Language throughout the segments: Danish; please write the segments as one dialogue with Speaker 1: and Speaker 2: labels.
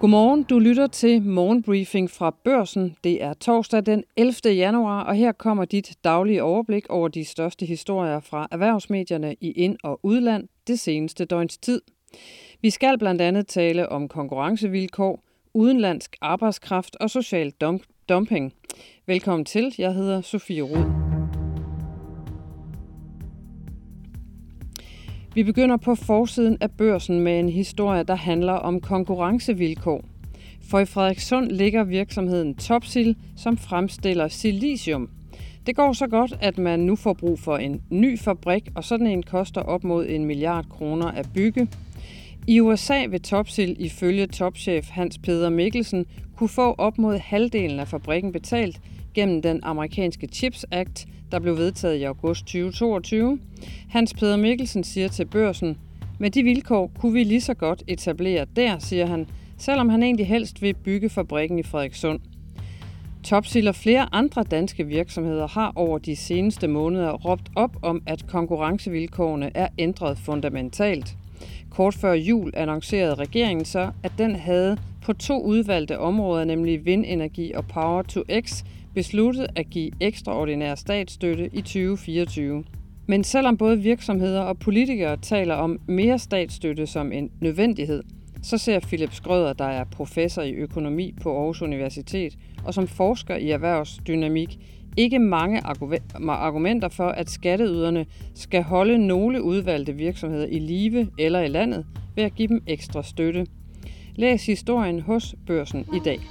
Speaker 1: Godmorgen, du lytter til morgenbriefing fra Børsen. Det er torsdag den 11. januar, og her kommer dit daglige overblik over de største historier fra erhvervsmedierne i ind- og udland det seneste døgns tid. Vi skal blandt andet tale om konkurrencevilkår, udenlandsk arbejdskraft og social dumping. Velkommen til, jeg hedder Sofie Rud. Vi begynder på forsiden af Børsen med en historie, der handler om konkurrencevilkår. For i Frederikssund ligger virksomheden Topsil, som fremstiller silicium. Det går så godt, at man nu får brug for en ny fabrik, og sådan en koster op mod 1 milliard kroner at bygge. I USA vil Topsil ifølge topchef Hans Peder Mikkelsen kunne få op mod halvdelen af fabrikken betalt gennem den amerikanske Chips Act, der blev vedtaget i august 2022. Hans Peder Mikkelsen siger til Børsen, med de vilkår kunne vi lige så godt etablere der, siger han, selvom han egentlig helst vil bygge fabrikken i Frederikssund. Topsil og flere andre danske virksomheder har over de seneste måneder råbt op om, at konkurrencevilkårene er ændret fundamentalt. Kort før jul annoncerede regeringen så, at den havde på 2 udvalgte områder, nemlig vindenergi og Power to X, besluttet at give ekstraordinær statsstøtte i 2024. Men selvom både virksomheder og politikere taler om mere statsstøtte som en nødvendighed, så ser Philip Schrøder, der er professor i økonomi på Aarhus Universitet og som forsker i erhvervsdynamik, ikke mange argumenter for, at skatteyderne skal holde nogle udvalgte virksomheder i live eller i landet ved at give dem ekstra støtte. Læs historien hos Børsen i dag.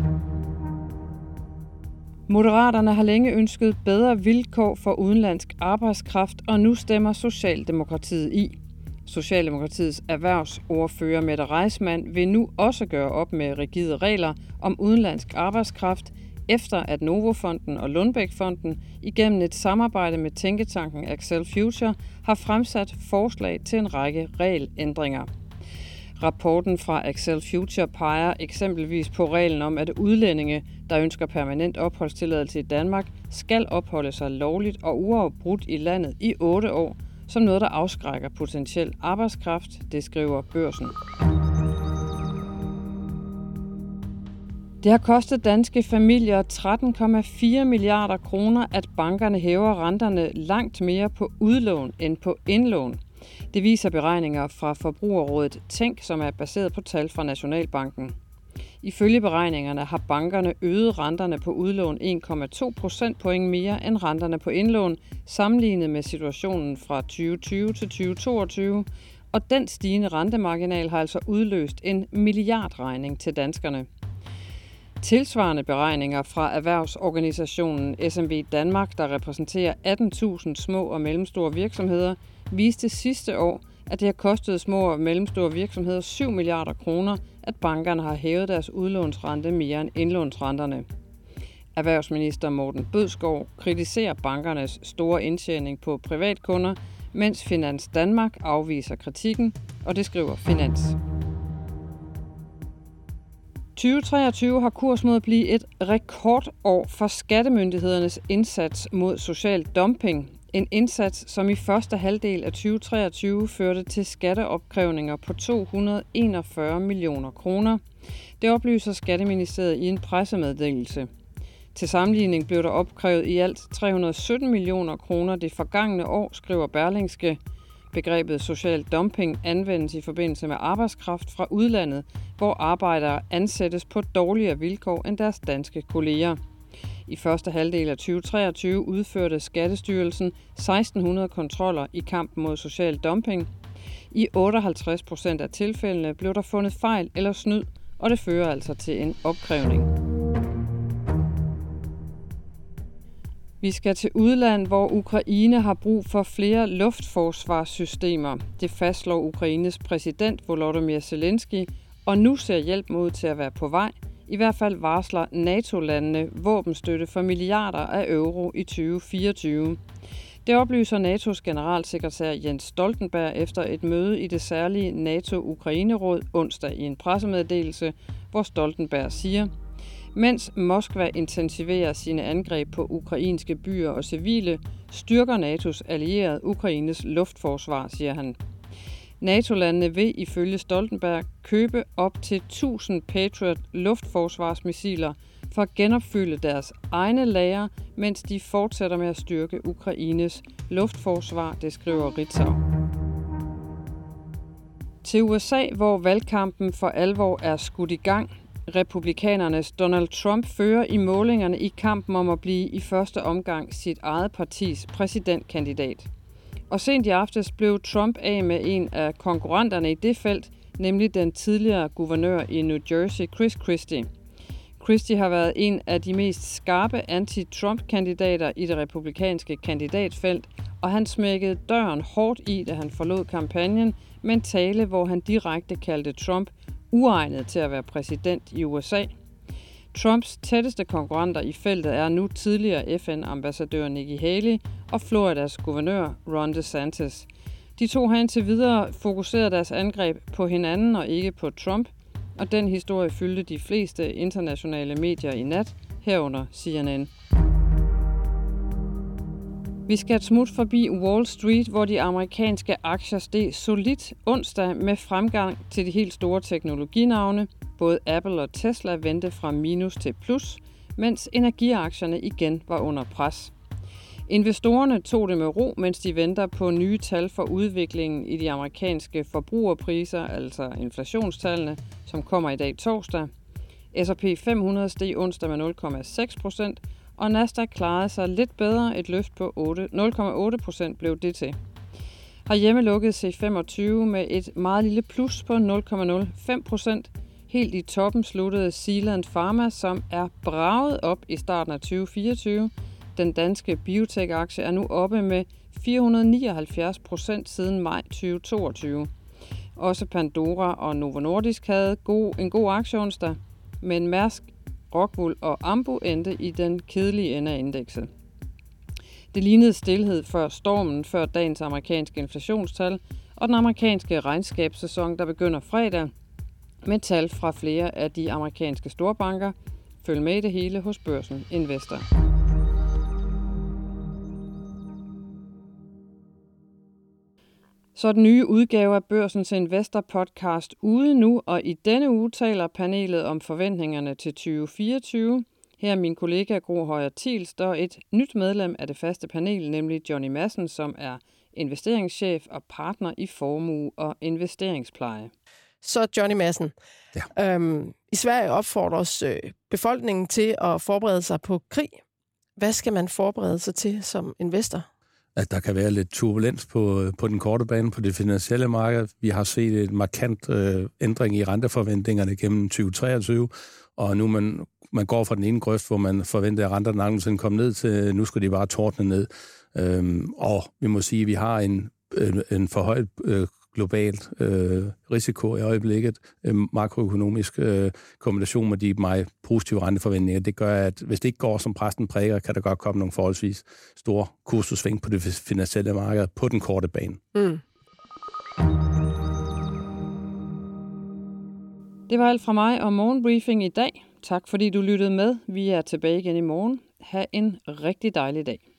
Speaker 1: Moderaterne har længe ønsket bedre vilkår for udenlandsk arbejdskraft, og nu stemmer Socialdemokratiet i. Socialdemokratiets erhvervsordfører Mette Reissmann vil nu også gøre op med rigide regler om udenlandsk arbejdskraft, efter at Novofonden og Lundbeckfonden igennem et samarbejde med tænketanken Accel Future har fremsat forslag til en række regelændringer. Rapporten fra Accel Future peger eksempelvis på reglen om, at udlændinge, der ønsker permanent opholdstilladelse i Danmark, skal opholde sig lovligt og uafbrudt i landet i 8 år, som noget, der afskrækker potentiel arbejdskraft, det skriver Børsen. Det har kostet danske familier 13,4 milliarder kroner, at bankerne hæver renterne langt mere på udlån end på indlån. Det viser beregninger fra Forbrugerrådet Tænk, som er baseret på tal fra Nationalbanken. Ifølge beregningerne har bankerne øget renterne på udlån 1,2 procentpoint mere end renterne på indlån, sammenlignet med situationen fra 2020 til 2022, og den stigende rentemarginal har altså udløst en milliardregning til danskerne. Tilsvarende beregninger fra erhvervsorganisationen SMV Danmark, der repræsenterer 18.000 små og mellemstore virksomheder, viste sidste år, at det har kostet små og mellemstore virksomheder 7 milliarder kroner, at bankerne har hævet deres udlånsrente mere end indlånsrenterne. Erhvervsminister Morten Bødskov kritiserer bankernes store indtjening på privatkunder, mens Finans Danmark afviser kritikken, og det skriver Finans. 2023 har kurs mod at blive et rekordår for skattemyndighedernes indsats mod social dumping. En indsats, som i første halvdel af 2023 førte til skatteopkrævninger på 241 millioner kroner. Det oplyser Skatteministeriet i en pressemeddelelse. Til sammenligning blev der opkrævet i alt 317 millioner kroner det forgangne år, skriver Berlingske. Begrebet social dumping anvendes i forbindelse med arbejdskraft fra udlandet, hvor arbejdere ansættes på dårligere vilkår end deres danske kolleger. I første halvdel af 2023 udførte Skattestyrelsen 1600 kontroller i kampen mod social dumping. I 58% af tilfældene blev der fundet fejl eller snyd, og det fører altså til en opkrævning. Vi skal til udland, hvor Ukraine har brug for flere luftforsvarssystemer. Det fastslår Ukraines præsident Volodymyr Zelensky, og nu ser hjælp ud til at være på vej. I hvert fald varsler NATO-landene våbenstøtte for milliarder af euro i 2024. Det oplyser NATO's generalsekretær Jens Stoltenberg efter et møde i det særlige NATO-Ukraine-råd onsdag i en pressemeddelelse, hvor Stoltenberg siger, mens Moskva intensiverer sine angreb på ukrainske byer og civile, styrker NATO's allierede Ukraines luftforsvar, siger han. NATO-landene vil ifølge Stoltenberg købe op til 1000 Patriot luftforsvarsmissiler for at genopfylde deres egne lagre, mens de fortsætter med at styrke Ukraines luftforsvar, det skriver Ritzau. Til USA, hvor valgkampen for alvor er skudt i gang. Republikanernes Donald Trump fører i målingerne i kampen om at blive i første omgang sit eget partis præsidentkandidat. Og sent i aftes blev Trump af med en af konkurrenterne i det felt, nemlig den tidligere guvernør i New Jersey, Chris Christie. Christie har været en af de mest skarpe anti-Trump-kandidater i det republikanske kandidatfelt, og han smækkede døren hårdt i, da han forlod kampagnen med en tale, hvor han direkte kaldte Trump uegnet til at være præsident i USA. Trumps tætteste konkurrenter i feltet er nu tidligere FN-ambassadør Nikki Haley og Floridas guvernør Ron DeSantis. De to har indtil videre fokuseret deres angreb på hinanden og ikke på Trump, og den historie fyldte de fleste internationale medier i nat, herunder CNN. Vi skal et smut forbi Wall Street, hvor de amerikanske aktier steg solidt onsdag med fremgang til de helt store teknologinavne. Både Apple og Tesla vendte fra minus til plus, mens energiaktierne igen var under pres. Investorerne tog det med ro, mens de venter på nye tal for udviklingen i de amerikanske forbrugerpriser, altså inflationstallene, som kommer i dag torsdag. S&P 500 steg onsdag med 0,6%, og Nasdaq klarede sig lidt bedre. Et løft på 0,8% blev det til. Herhjemme lukkede C25 med et meget lille plus på 0,05%. Helt i toppen sluttede Zealand Pharma, som er braget op i starten af 2024. Den danske biotech-aktie er nu oppe med 479% siden maj 2022. Også Pandora og Novo Nordisk havde en god aktie onsdag, men Mærsk, Rockwool og Ambu endte i den kedelige ende af indekset. Det lignede stilhed før stormen, før dagens amerikanske inflationstal og den amerikanske regnskabssæson, der begynder fredag, med tal fra flere af de amerikanske storbanker. Følg med i det hele hos Børsen Investor. Så den nye udgave af Børsens Investor podcast ude nu, og i denne uge taler panelet om forventningerne til 2024. Her er min kollega Gro Højer Thielst og et nyt medlem af det faste panel, nemlig Johnny Madsen, som er investeringschef og partner i formue- og investeringspleje.
Speaker 2: Så Johnny Madsen,
Speaker 3: ja.
Speaker 2: I Sverige opfordres befolkningen til at forberede sig på krig. Hvad skal man forberede sig til som investor?
Speaker 3: At der kan være lidt turbulens på den korte bane på det finansielle marked. Vi har set et markant ændring i renteforventningerne gennem 2023, og nu man går fra den ene grøft, hvor man forventer, at renterne nærmest kommer ned til, nu skal de bare tordne ned. Og vi må sige, at vi har en forhøjet globalt risiko i øjeblikket, makroøkonomisk kombination med de meget positive renteforventninger. Det gør, at hvis det ikke går, som præsten prædiker, kan der godt komme nogle forholdsvis store kursudsving på det finansielle marked på den korte bane. Mm.
Speaker 1: Det var alt fra mig og morgenbriefing i dag. Tak fordi du lyttede med. Vi er tilbage igen i morgen. Ha' en rigtig dejlig dag.